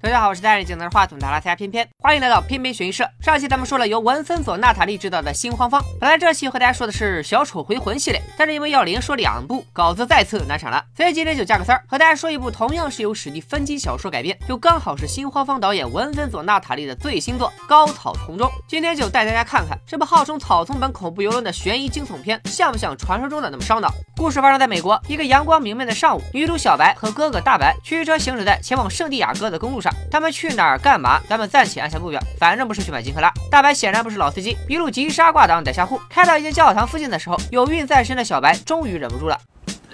大家好，我是戴着镜头话筒的拉斯加偏偏，欢迎来到偏偏悬疑社。上期咱们说了由文森佐·娜塔莉执导的新荒方，本来这期和大家说的是小丑回魂系列，但是因为要连说2部，稿子再次难产了，所以今天就加个3儿，和大家说一部同样是由史蒂芬金小说改编，又刚好是新荒方导演文森佐·娜塔莉的最新作《高草丛中》。今天就带大家看看这部号称草丛版恐怖游轮的悬疑惊悚片，像不像传说中的那么烧脑？故事发生在美国一个阳光明媚的上午，女主小白和哥哥大白驱车行驶在前往圣地亚哥的公路上。他们去哪儿干嘛？咱们暂且按下不表，反正不是去买金克拉。大白显然不是老司机，一路急刹挂档逮瞎户。开到一间教堂附近的时候，有孕在身的小白终于忍不住了。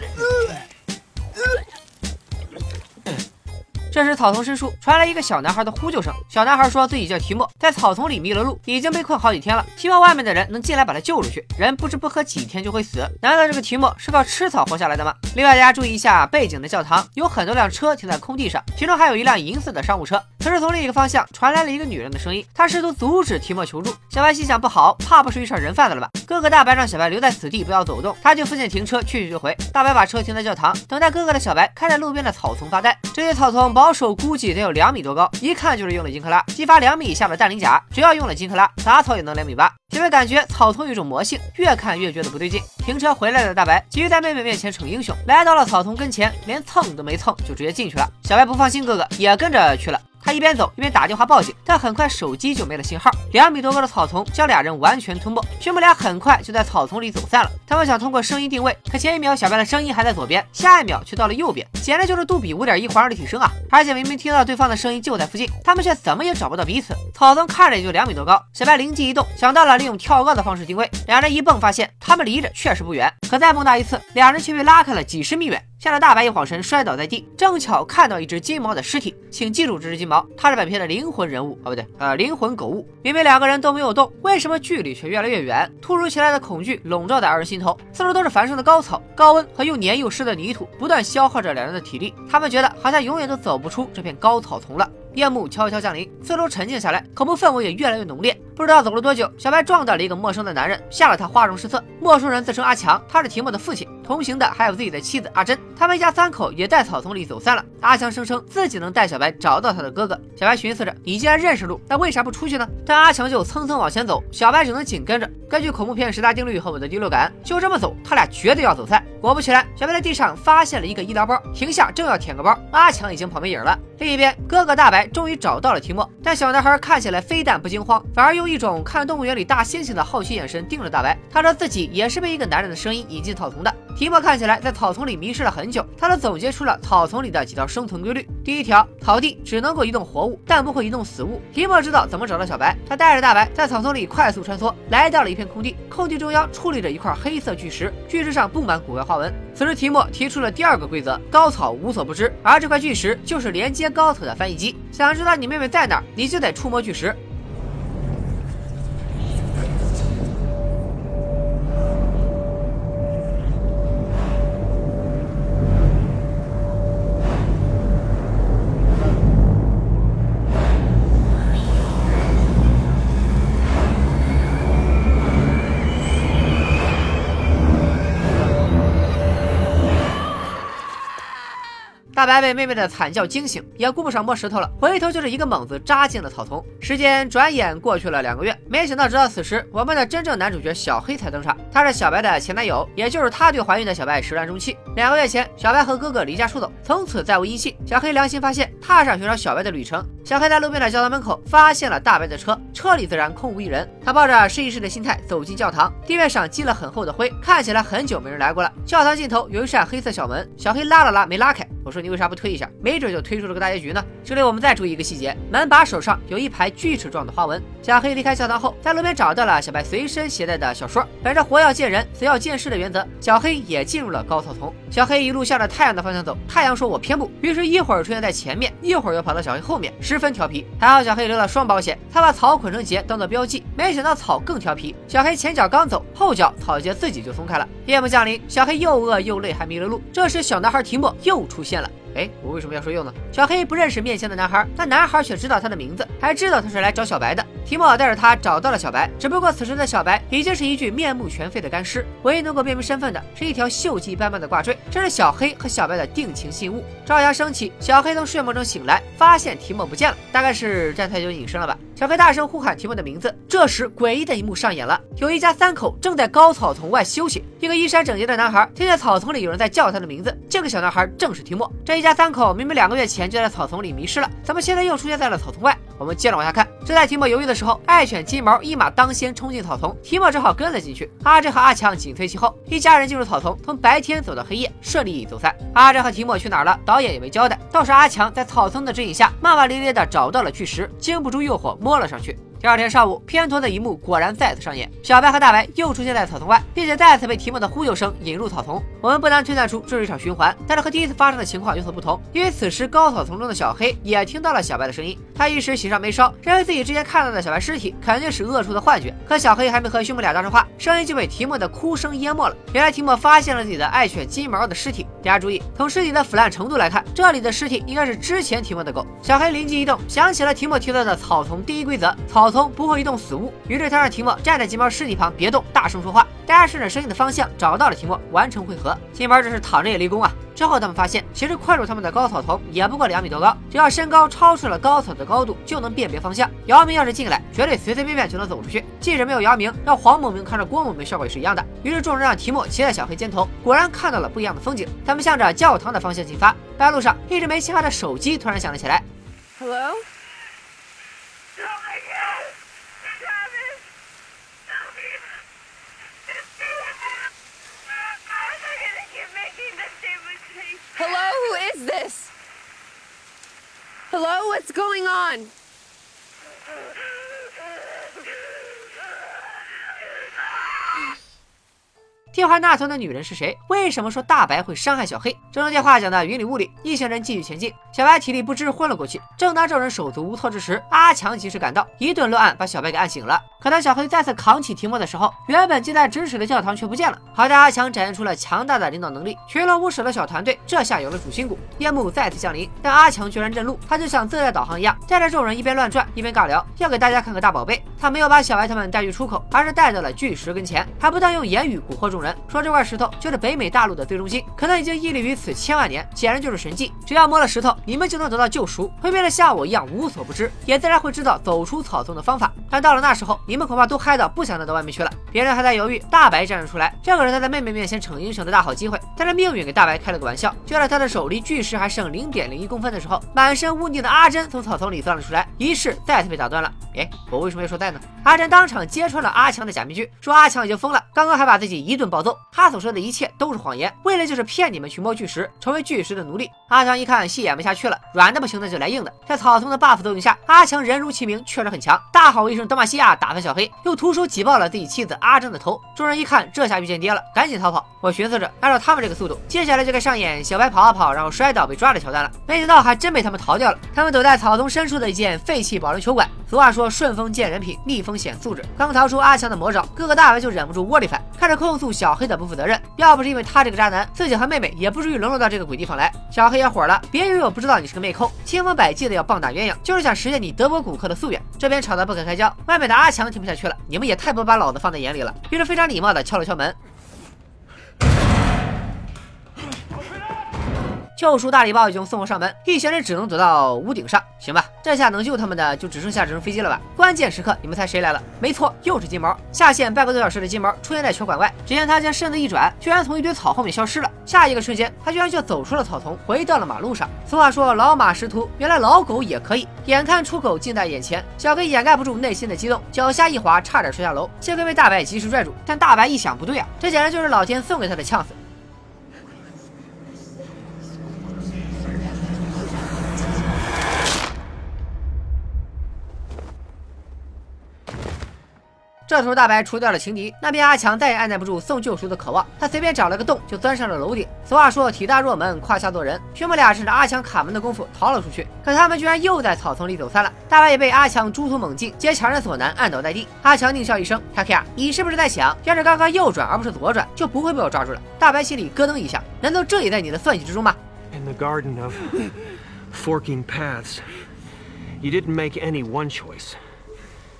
这时草丛深处传来一个小男孩的呼救声，小男孩说自己叫提莫，在草丛里迷了路，已经被困好几天了，希望外面的人能进来把他救出去。人不吃不喝几天就会死，难道这个提莫是靠吃草活下来的吗？另外大家注意一下背景的教堂，有很多辆车停在空地上，其中还有一辆银色的商务车。可是从另一个方向传来了一个女人的声音，她试图阻止提莫求助。小白心想不好，怕不是遇上人贩子了吧？哥哥大白让小白留在此地不要走动，他去附近停车去就回。大白把车停在教堂，等待哥哥的小白开在路边的草丛发呆。这些草丛保守估计得有2米多高，一看就是用了金克拉，激发2米以下的氮磷钾，只要用了金克拉，杂草也能2.8米。小白感觉草丛有一种魔性，越看越觉得不对劲。停车回来的大白急于在妹妹面前逞英雄，来到了草丛跟前，连蹭都没蹭就直接进去了。小白不放心哥哥，也跟着去了。他一边走一边打电话报警，但很快手机就没了信号。2米多高的草丛将俩人完全吞没，兄妹俩很快就在草丛里走散了。他们想通过声音定位，可前一秒小白的声音还在左边，下一秒却到了右边，简直就是杜比5.1环2立体声啊！而且明明听到对方的声音就在附近，他们却怎么也找不到彼此。草丛看着也就2米多高，小白灵机一动，想到了利用跳高的方式定位，两人一蹦发现他们离着确实不远，可再蹦跶一次，两人却被拉开了几10米远。吓得大白一晃神摔倒在地，正巧看到一只金毛的尸体。请记住这只金毛，它是本片的灵魂人物不对，灵魂狗物。明明2个人都没有动，为什么距离却越来越远？突如其来的恐惧笼罩在2人心头，四周都是繁盛的高草、高温和又黏又湿的泥土，不断消耗着2人的体力。他们觉得好像永远都走不出这片高草丛了。夜幕悄悄降临，四周沉静下来，恐怖氛围也越来越浓烈。不知道走了多久，小白撞到了一个陌生的男人，吓得他花容失色。陌生人自称阿强，他是提莫的父亲，同行的还有自己的妻子阿珍。他们一家3口也在草丛里走散了。阿强声称自己能带小白找到他的哥哥。小白寻思着，你既然认识路，那为啥不出去呢？但阿强就蹭蹭往前走，小白只能紧跟着。根据恐怖片10大定律和我的第6感，就这么走，他俩绝对要走散。果不其然，小白在地上发现了一个医疗包，停下正要舔个包，阿强已经跑没影了。另一边，哥哥大白终于找到了提莫，但小男孩看起来非但不惊慌，反而用一种看动物园里大猩猩的好奇眼神盯着大白。他说自己也是被一个男人的声音引进草丛的。提莫看起来在草丛里迷失了很久，他都总结出了草丛里的几条生存规律。第1条，草地只能够移动活物，但不会移动死物。提莫知道怎么找到小白，他带着大白在草丛里快速穿梭，来到了一片空地。空地中央矗立着一块黑色巨石，巨石上布满古怪花纹。此时提莫提出了第2个规则：高草无所不知，而这块巨石就是连接高草的翻译机。想知道你妹妹在哪儿，你就得触摸巨石。大白被妹妹的惨叫惊醒，也顾不上摸石头了，回头就是一个猛子扎进了草丛。时间转眼过去了2个月，没想到直到此时，我们的真正男主角小黑才登场。他是小白的前男友，也就是他对怀孕的小白始乱终弃。2个月前，小白和哥哥离家出走，从此再无音信。小黑良心发现，踏上寻找小白的旅程。小黑在路边的教堂门口发现了大白的车，车里自然空无一人。他抱着试一试的心态走进教堂，地面上积了很厚的灰，看起来很久没人来过了。教堂尽头有一扇黑色小门，小黑拉了拉没拉开。我说你为啥不推一下？没准就推出了个大结局呢。这里我们再注意一个细节，门把手上有一排锯齿状的花纹。小黑离开教堂后，在路边找到了小白随身携带的小说，本着活要见人，死要见尸的原则，小黑也进入了高草丛。小黑一路向着太阳的方向走，太阳说我偏不，于是一会儿出现在前面，一会儿又跑到小黑后面，十分调皮。还好小黑留了双保险，他把草捆成结当做标记，没想到草更调皮，小黑前脚刚走，后脚草结自己就松开了。夜幕降临，小黑又饿又累还迷了路，这时小男孩提莫又出现了。我为什么要说又呢？小黑不认识面前的男孩，但男孩却知道他的名字，还知道他是来找小白的。 提莫带着他找到了小白，只不过此时的小白已经是一具面目全非的干尸，唯一能够辨明身份的是一条锈迹斑斑的挂坠，这是小黑和小白的定情信物。朝阳升起，小黑从睡梦中醒来，发现提莫不见了，大概是站太久隐身了吧。小黑大声呼喊提莫的名字，这时诡异的一幕上演了，有一家3口正在高草丛外休息，一个衣衫整洁的男孩听见草丛里有人在叫他的名字，这个小男孩正是提莫。这一家3口明明2个月前就在草丛里迷失了，怎么现在又出现在了草丛外？我们接着往下看，就在提莫犹豫的时候，爱犬金毛一马当先冲进草丛，提莫只好跟了进去。阿珍和阿强紧随其后，一家人进入草丛，从白天走到黑夜，顺利走散。阿珍和提莫去哪儿了？导演也没交代。倒是阿强在草丛的指引下，骂骂咧咧的找到了巨石，经不住诱惑摸了上去。第2天上午，偏颇的一幕果然再次上演，小白和大白又出现在草丛外，并且再次被提莫的呼救声引入草丛。我们不难推断出这是一场循环，但是和第一次发生的情况有所不同，因为此时高草丛中的小黑也听到了小白的声音，他一时喜上眉梢，认为自己之前看到的小白尸体肯定是恶处的幻觉。可小黑还没和兄妹俩搭上话，声音就被提莫的哭声淹没了。原来提莫发现了自己的爱犬金毛的尸体。大家注意，从尸体的腐烂程度来看，这里的尸体应该是之前提莫的狗。小黑灵机一动，想起了提莫提到的草丛第一规则，草丛不会移动死物，于是他让提莫站在金毛尸体旁别动，大声说话。大家顺着声音的方向找到了提莫，完成汇合。金毛这是躺着也立功啊！之后他们发现，其实困住他们的高草丛也不过2米多高，只要身高超出了高草的高度，就能辨别方向。姚明要是进来，绝对随随便便就能走出去。即使没有姚明，让黄某明看着郭某明效果也是一样的。于是众人让提莫骑在小黑肩头，果然看到了不一样的风景。他们向着教堂的方向进发。半路上，一直没信号的手机突然响了起来。 Hello? Hello, who is this? Hello, what's going on? 电话那头的女人是谁？为什么说大白会伤害小黑？这通电话讲的云里雾里，一行人继续前进。小白体力不支昏了过去。正当众人手足无措之时，阿强及时赶到，一顿乱按把小白给按醒了。可当小黑再次扛起提莫的时候，原本近在咫尺的教堂却不见了。好在阿强展现出了强大的领导能力，群龙无首的小团队这下有了主心骨。夜幕再次降临，但阿强居然认路，他就像自带导航一样，带着众人一边乱转一边尬聊，要给大家看个大宝贝。他没有把小白他们带去出口，而是带到了巨石跟前，还不断用言语蛊惑众人，说这块石头就是北美大陆的最中心，可能已经屹立于此千万年，简直就是神迹。只要摸了石头，你们就能得到救赎，会变得像我一样无所不知，也自然会知道走出草丛的方法。但到了那时候，你们恐怕都嗨到不想再到外面去了。别人还在犹豫，大白站了出来，这可是他在妹妹面前逞英雄的大好机会。但是命运给大白开了个玩笑，就在他的手离巨石还剩0.01公分的时候，满身污泥的阿珍从草丛里钻了出来，仪式再次被打断了。我为什么要说带呢？阿珍当场揭穿了阿强的假面具，说阿强已经疯了，刚刚还把自己一顿暴揍，他所说的一切都是谎言，为了就是骗你们去摸巨石，成为巨石的奴隶。阿强一看戏演不下去了，软的不行的就来硬的。在草丛的 buff 作用下，阿强人如其名，确实很强，大吼一声德玛西亚，打翻小黑，又徒手挤爆了自己妻子阿珍的头。众人一看这下遇见爹了，赶紧逃跑。我寻思着，按照他们这个速度，接下来就该上演小白跑啊跑，然后摔倒被抓的桥段了。没想到还真被他们逃掉了。他们躲在草丛深处的一间废弃保龄球馆。俗话说顺风见人品，逆风显素质。刚逃出阿强的魔爪，哥哥大白就忍不住窝里反，开始控诉小黑的不负责任。要不是因为他这个渣男，自己和妹妹也不至于沦落到这个鬼地方来。小黑也火了，别以为我不知道你是个妹抠，千方百计的要棒打鸳鸯，就是想实现你德国骨科的夙愿。这边吵得不可开交，外面的阿强听不下去了，你们也太不把老子放在眼里了，于是非常礼貌的敲了敲门。救赎大礼包已经送货上门，一行人只能躲到屋顶上。行吧，这下能救他们的就只剩下直升飞机了吧？关键时刻，你们猜谁来了？没错，又是金毛。下线半个多小时的金毛出现在球馆外，只见他将身子一转，居然从一堆草后面消失了。下一个瞬间，他居然就走出了草丛，回到了马路上。俗话说老马识途，原来老狗也可以。眼看出口近在眼前，小黑掩盖不住内心的激动，脚下一滑，差点摔下楼。幸亏被大白及时拽住，但大白一想不对啊，这简直就是老天送给他的呛死。这头大白除掉了情敌，那边阿强再也按耐不住送救赎的渴望，他随便找了个洞就钻上了楼顶。俗话说体大若门，胯下做人，兄妹俩趁着阿强卡门的功夫逃了出去，可他们居然又在草丛里走散了。大白也被阿强猪突猛进，皆强人所难，按倒在地。阿强狞笑一声：“Kaki啊，你是不是在想，要是刚刚右转而不是左转，就不会被我抓住了？”大白心里咯噔一下，难道这也在你的算计之中吗 ？In the garden of forking paths, you didn't make any one choice.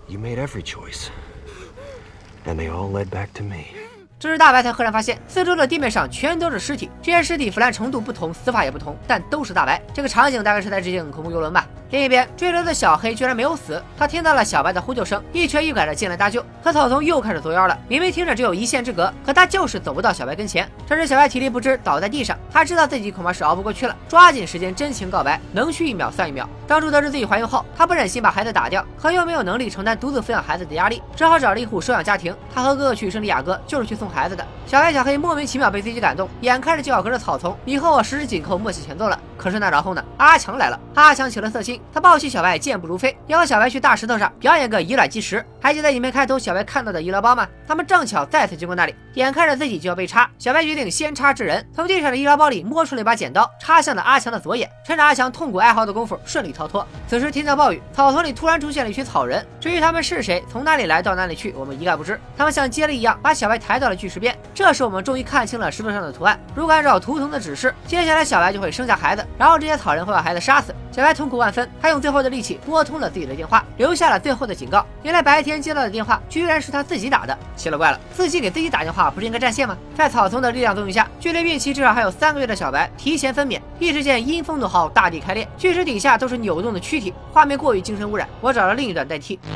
You made every choice, and they all led back to me. 这时大白才赫然发现，四周的地面上全都是尸体，这些尸体腐烂程度不同，死法也不同，但都是大白。这个场景大概是在致敬恐怖游轮吧。另一边，追流的小黑居然没有死，他听到了小白的呼救声，一瘸一拐的进来搭救。可草丛又开始作妖了，明明听着只有一线之隔，可他就是走不到小白跟前。这时小白体力不支，倒在地上，他知道自己恐怕是熬不过去了，抓紧时间真情告白，能续1秒算1秒。当初得知自己怀孕后，他不忍心把孩子打掉，可又没有能力承担独自抚养孩子的压力，只好找了一户收养家庭。他和哥哥去圣地亚哥就是去送孩子的。小白小黑莫名其妙被自己感动，眼看着就要隔着草丛，你和我十指紧扣，默契前奏了。可是那然后呢？阿强来了，阿强起了色心，他抱起小白健步如飞，要和小白去大石头上表演个以卵击石。还记得影片开头小白看到的医疗包吗？他们正巧再次经过那里，眼看着自己就要被插，小白决定先插制人，从地上的医疗包里摸出了一把剪刀，插向了阿强的左眼，趁着阿强痛苦哀嚎的功夫顺利逃脱。此时天降暴雨，草丛里突然出现了一群草人，至于他们是谁，从哪里来到哪里去，我们一概不知。他们像接力一样把小白抬到了巨石边，这时我们终于看清了石头上的图案。如果按照图腾的指示，接下来小白就会生下孩子，然后这些草人会把孩子杀死。小白痛苦万分，他用最后的力气拨通了自己的电话，留下了最后的警告。原来白天接到的电话居然是他自己打的，奇了怪了，自己给自己打电话不是应该占线吗？在草丛的力量作用下，距离孕期至少还有3个月的小白提前分娩，一时间阴风怒号，大地开裂，巨石底下都是扭动的躯体，画面过于精神污染，我找了另一段代替。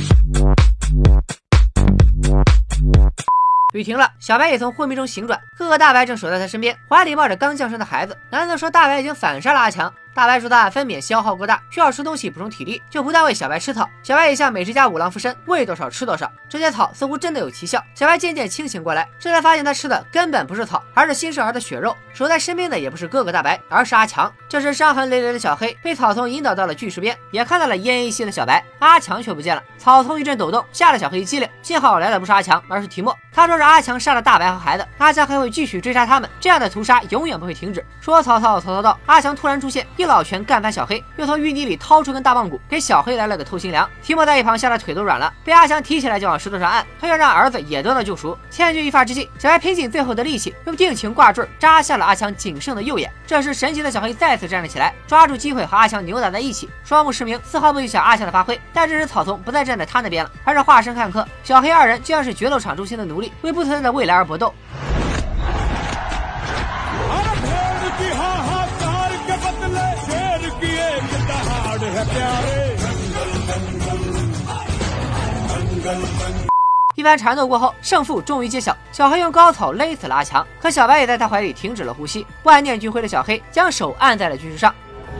雨停了，小白也从昏迷中醒转，哥哥大白正守在他身边，怀里抱着刚降生的孩子。男子说大白已经反杀了阿强。大白说他分娩消耗过大，需要吃东西补充体力，就不断喂小白吃草。小白也向美食家五郎附身，喂多少吃多少。这些草似乎真的有奇效，小白渐渐清醒过来，这才发现他吃的根本不是草，而是新生儿的血肉。守在身边的也不是哥哥大白，而是阿强。这时伤痕累累的小黑被草丛引导到了巨石边，也看到了奄奄一息的小白。阿强却不见了，草丛一阵抖动，吓得小黑一激灵。幸好来的不是阿强，而是提莫。他说是阿强杀了大白和孩子，阿强还会继续追杀他们，这样的屠杀永远不会停止。说曹操到，阿强突然出现，一老拳干翻小黑，又从淤泥里掏出根大棒骨，给小黑来了个透心凉。提莫在一旁吓得腿都软了，被阿强提起来就往石头上按，他要让儿子也得到救赎。千钧一发之际，小白拼尽最后的力气，用定情挂坠扎下了阿强仅剩的右眼。这时神奇的小黑再次站了起来，抓住机会和阿强扭打在一起，双目失明，丝毫不影响阿强的发挥。但这时草丛不再站在他那边了，而是化身汉克，小黑二人就像是决斗场中心的奴隶，为不存在的未来而搏斗。一番缠斗过后，胜负终于揭晓，小黑用高草勒死了阿强，可小白也在他怀里停止了呼吸。万念俱灰的小黑将手按在了巨石上。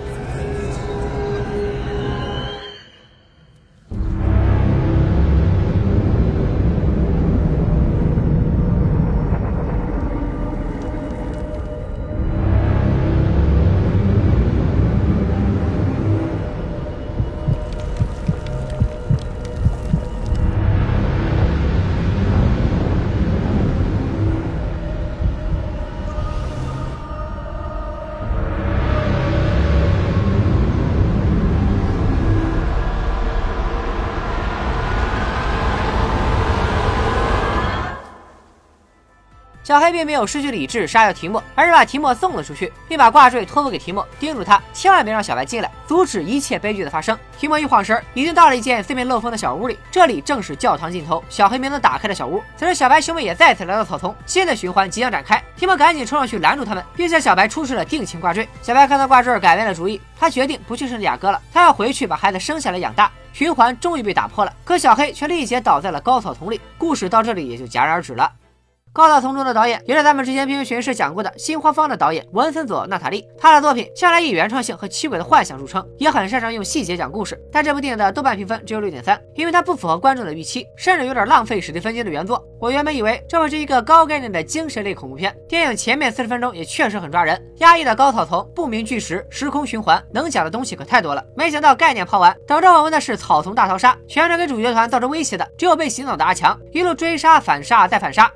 小黑并没有失去理智杀掉提莫，而是把提莫送了出去，并把挂坠托付给提莫，叮嘱他千万别让小白进来，阻止一切悲剧的发生。提莫一晃神，已经到了一间四面漏风的小屋里，这里正是教堂尽头小黑没能打开的小屋。此时小白兄妹也再次来到草丛，新的循环即将展开。提莫赶紧冲上去拦住他们，并向小白出示了定情挂坠。小白看到挂坠改变了主意，他决定不去圣地亚哥了，他要回去把孩子生下来养大。循环终于被打破了，可小黑却力竭倒在了高草丛里。故事到这里也就戛然而止了。高草丛中的导演也是咱们之前评学时讲过的新荒方的导演文森佐·纳塔利，他的作品向来以原创性和奇诡的幻想著称，也很擅长用细节讲故事。但这部电影的豆瓣评分只有 6.3， 因为它不符合观众的预期，甚至有点浪费史蒂芬金的原作。我原本以为这会是一个高概念的精神类恐怖片，电影前面40分钟也确实很抓人，压抑的高草丛、不明巨石、时空循环，能讲的东西可太多了。没想到概念抛完，等着我们的是草丛大逃杀，全程给主角团造成威胁的只有被洗脑的阿强，一路追杀、反杀再反杀，没有一点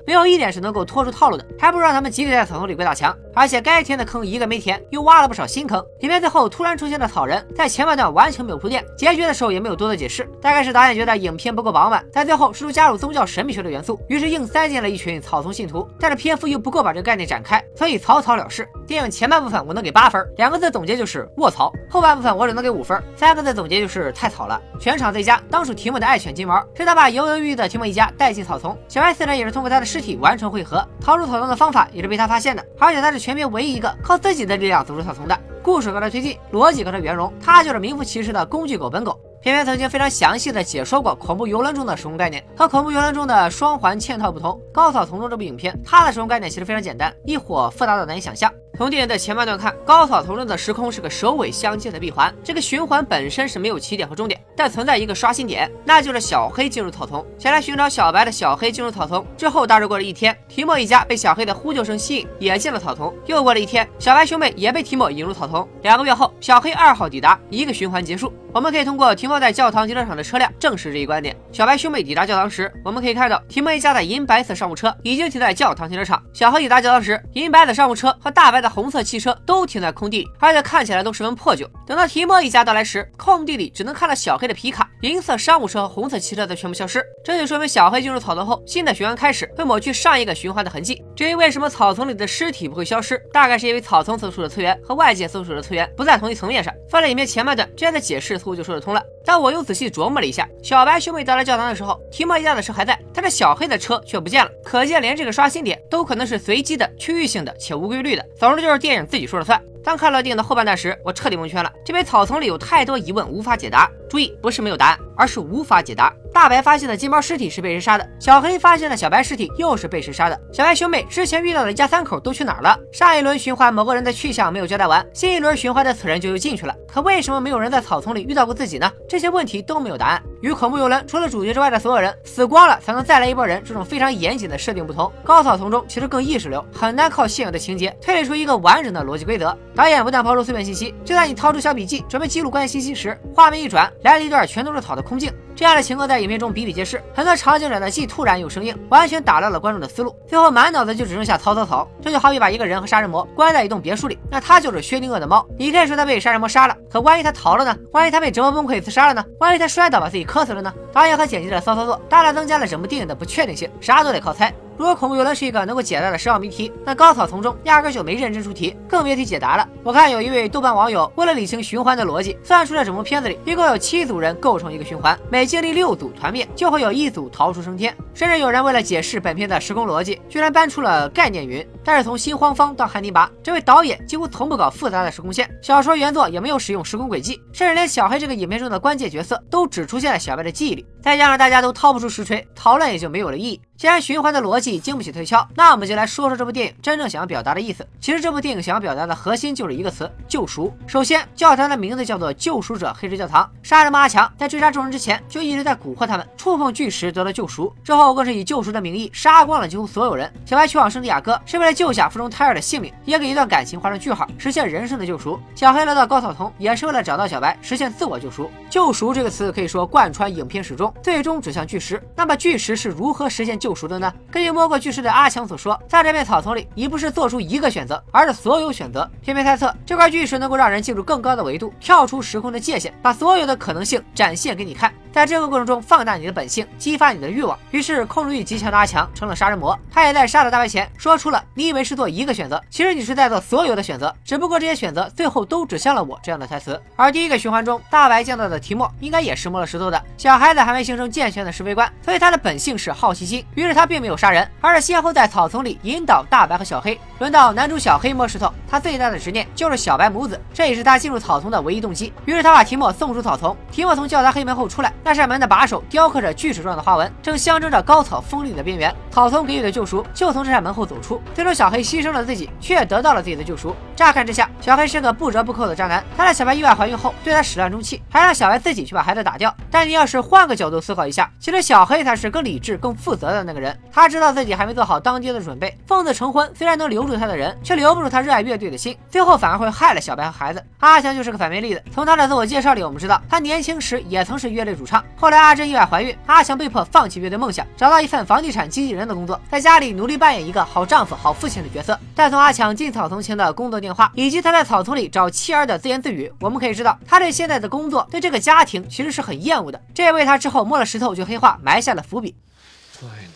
便是能够拖出套路的，还不如让他们集体在草丛里鬼打墙。而且该填的坑一个没填，又挖了不少新坑。影片最后突然出现的草人，在前半段完全没有铺垫，结局的时候也没有多的解释，大概是导演觉得影片不够饱满，在最后试图加入宗教神秘学的元素，于是硬塞进了一群草丛信徒，但是篇幅又不够把这个概念展开，所以草草了事。电影前半部分我能给8分，2个字总结就是卧槽；后半部分我只能给5分，3个字总结就是太草了。全场最佳当属提莫的爱犬金毛，是他把犹犹豫豫的提莫一家带进草丛，小白4人也是通过他的尸体完成汇合，逃出草丛的方法也是被他发现的，而且他是全片唯一一个靠自己的力量走出草丛的。故事和他推进，逻辑和他圆融，他就是名副其实的工具狗本狗。片片曾经非常详细的解说过恐怖游轮中的使用概念，和恐怖游轮中的双环嵌套不同，高草丛中这部影片它的使用概念其实非常简单，亦或复杂到难以想象。从电影的前半段看，高草丛中的时空是个首尾相接的闭环，这个循环本身是没有起点和终点，但存在一个刷新点，那就是小黑进入草丛，前来寻找小白的小黑进入草丛之后，大致过了1天，提莫一家被小黑的呼救声吸引，也进了草丛。又过了1天，小白兄妹也被提莫引入草丛。2个月后，小黑2号抵达，一个循环结束。我们可以通过提莫在教堂停车场的车辆证实这一观点。小白兄妹抵达教堂时，我们可以看到提莫一家的银白色商务车已经停在教堂停车场。小黑抵达教堂时，银白的商务车和大白的红色汽车都停在空地里，而且看起来都十分破旧。等到提莫一家到来时，空地里只能看到小黑的皮卡，银色商务车和红色汽车则全部消失。这就说明小黑进入草丛后，新的循环开始，会抹去上一个循环的痕迹。至于为什么草丛里的尸体不会消失，大概是因为草丛所处的次元和外界所处的次元不在同一层面上。放在影片前半段，这样的解释似乎就说得通了。但我又仔细琢磨了一下，小白兄妹到来教堂的时候，提莫一家的车还在，但是小黑的车却不见了，可见连这个刷新点都可能是随机的、区域性的且无规律的。总之就是电影自己说了算。当看到电影的后半段时，我彻底蒙圈了。这片草丛里有太多疑问无法解答，注意，不是没有答案，而是无法解答。大白发现的金毛尸体是被谁杀的？小黑发现的小白尸体又是被谁杀的？小白兄妹之前遇到的一家3口都去哪儿了？上一轮循环某个人的去向没有交代完，新一轮循环的此人就又进去了，可为什么没有人在草丛里遇到过自己呢？这些问题都没有答案。与恐怖游轮除了主角之外的所有人死光了才能再来一波人这种非常严谨的设定不同，高草丛中其实更意识流，很难靠现有的情节推理出一个完整的逻辑规则。导演不但抛出碎片信息，就在你掏出小笔记准备记录关键信息时，画面一转来了一段全都是草的空镜。这样的情况在影片中比比皆是，很多场景转的既突然又生硬，完全打乱了观众的思路，最后满脑子就只剩下草。这就好比把一个人和杀人魔关在一栋别墅里，那他就是薛定谔的猫。你可以说他被杀人魔杀了，可万一他逃了呢？万一他被折磨崩溃自杀了呢？万一他摔倒把自己磕死了呢？导演和剪辑的骚操作大大增加了整部电影的不确定性，啥都得靠猜。如果恐怖游轮是一个能够解答的深奥谜题，那高草丛中压根就没认真出题，更别提解答了。我看有一位豆瓣网友为了理清循环的逻辑，算出了整部片子里一共有7组人构成一个循环，每经历6组团灭，就会有1组逃出升天。甚至有人为了解释本片的时空逻辑，居然搬出了概念云。但是从新荒方到汉尼拔，这位导演几乎从不搞复杂的时空线，小说原作也没有使用时空轨迹，甚至连小黑这个影片中的关键角色都只出现在小白的记忆里。再加上大家都掏不出实锤，讨论也就没有了意义。既然循环的逻辑经不起推敲，那我们就来说说这部电影真正想要表达的意思。其实这部电影想要表达的核心就是一个词：救赎。首先，教堂的名字叫做救赎者黑石教堂，杀人魔阿强在追杀众人之前就一直在蛊惑他们，触碰巨石得到救赎，之后更是以救赎的名义杀光了几乎所有人。小白去往圣地亚哥是为了救下腹中胎儿的性命，也给一段感情画上句号，实现人生的救赎。小黑来到高草丛也是为了找到小白，实现自我救赎。救赎这个词可以说贯穿影片始终，最终指向巨石。那么巨石是如何实现救赎的呢？根据摸过巨石的阿强所说，在这片草丛里，你不是做出一个选择，而是所有选择。片片猜测，这块巨石能够让人进入更高的维度，跳出时空的界限，把所有的可能性展现给你看。在这个过程中放大你的本性，激发你的欲望。于是控制欲极强的阿强成了杀人魔，他也在杀了大白前说出了你以为是做一个选择，其实你是在做所有的选择，只不过这些选择最后都指向了我这样的台词。而第一个循环中，大白见到的提莫应该也是摸了石头的。小孩子还没形成健全的是非观，所以他的本性是好奇心，于是他并没有杀人，而是先后在草丛里引导大白和小黑。轮到男主小黑摸石头，他最大的执念就是小白母子，这也是他进入草丛的唯一动机。于是他把提莫送出草丛，提莫从教堂黑门后出来，那扇门的把手雕刻着锯齿状的花纹，正象征着高草锋利的边缘。草丛给予的救赎就从这扇门后走出，最终小黑牺牲了自己，却得到了自己的救赎。乍看之下，小黑是个不折不扣的渣男，他在小白意外怀孕后对他始乱终弃，还让小白自己去把孩子打掉。但你要是换个角度思考一下，其实小黑才是更理智更负责的那个人。他知道自己还没做好当爹的准备，奉子成婚虽然能留住他的人，却留不住他热爱乐队的心，最后反而会害了小白和孩子。阿强就是个反面例子，从他的自我介绍里我们知道，他年轻时也曾是乐队主唱。 唱。后来阿珍意外怀孕，阿强被迫放弃乐队梦想，找到一份房地产经纪人的工作，在家里努力扮演一个好丈夫、好父亲的角色。但从阿强进草丛前的工作电话，以及他在草丛里找妻儿的自言自语，我们可以知道，他对现在的工作、对这个家庭其实是很厌恶的。这也为他之后摸了石头就黑化埋下了伏笔。 Fine.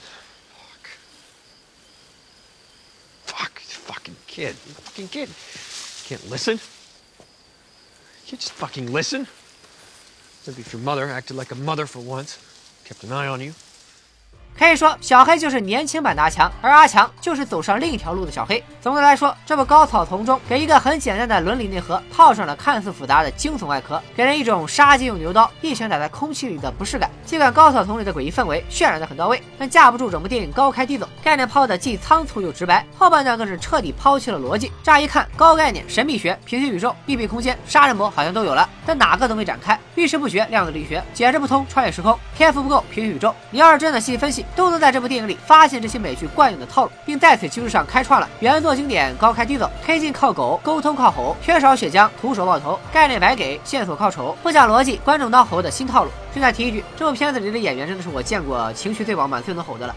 Fuck, fucking kid. You fucking kid. You can't listen. You can't just fucking listen. Maybe if your mother acted like a mother for once, kept an eye on you. 可以说，小黑就是年轻版的阿强，而阿强就是走上另一条路的小黑。总的来说，这部高草丛中给一个很简单的伦理内核套上了看似复杂的惊悚外壳，给人一种杀鸡用牛刀、一拳打在空气里的不适感。尽管高草丛里的诡异氛围渲染得很到位，但架不住整部电影高开低走，概念抛的既仓促又直白，后半段更是彻底抛弃了逻辑。乍一看，高概念、神秘学、平行宇宙、密闭空间、杀人魔好像都有了，但哪个都没展开。遇事不决，量子力学；解释不通，穿越时空；篇幅不够，平行宇宙。你要是真的细分析，都能在这部电影里发现这些美剧惯用的套路，并在此基础上开创了原作经典高开低走、推进靠狗、沟通靠吼、缺少血浆、徒手爆头、概念白给、线索靠丑、不讲逻辑、观众当猴的新套路。顺带提一句，这部片子里的演员真的是我见过情绪最饱满、最能吼的了。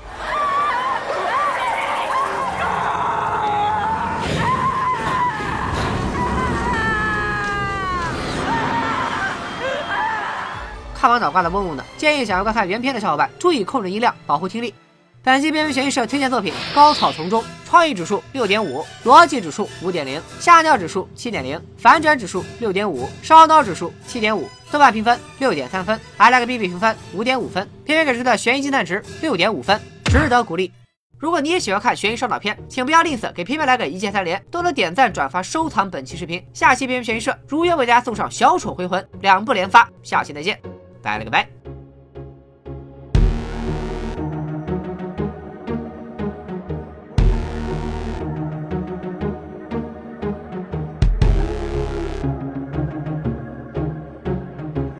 看完脑瓜子嗡嗡的，建议想要观看原片的小伙伴注意控制音量，保护听力。本期边缘悬疑社推荐作品《高草丛中》，创意指数6.5，逻辑指数5.0，吓尿指数7.0，反转指数6.5，烧脑指数7.5，豆瓣评分6.3分，IMDb 评分5.5分，片片给出的悬疑惊叹值6.5分，值得鼓励。如果你也喜欢看悬疑烧脑片，请不要吝啬给片片来个一键3连，多多点赞、转发、收藏本期视频。下期边缘悬疑社如约为大家送上小丑回魂2部连发，下期再见，拜了个拜。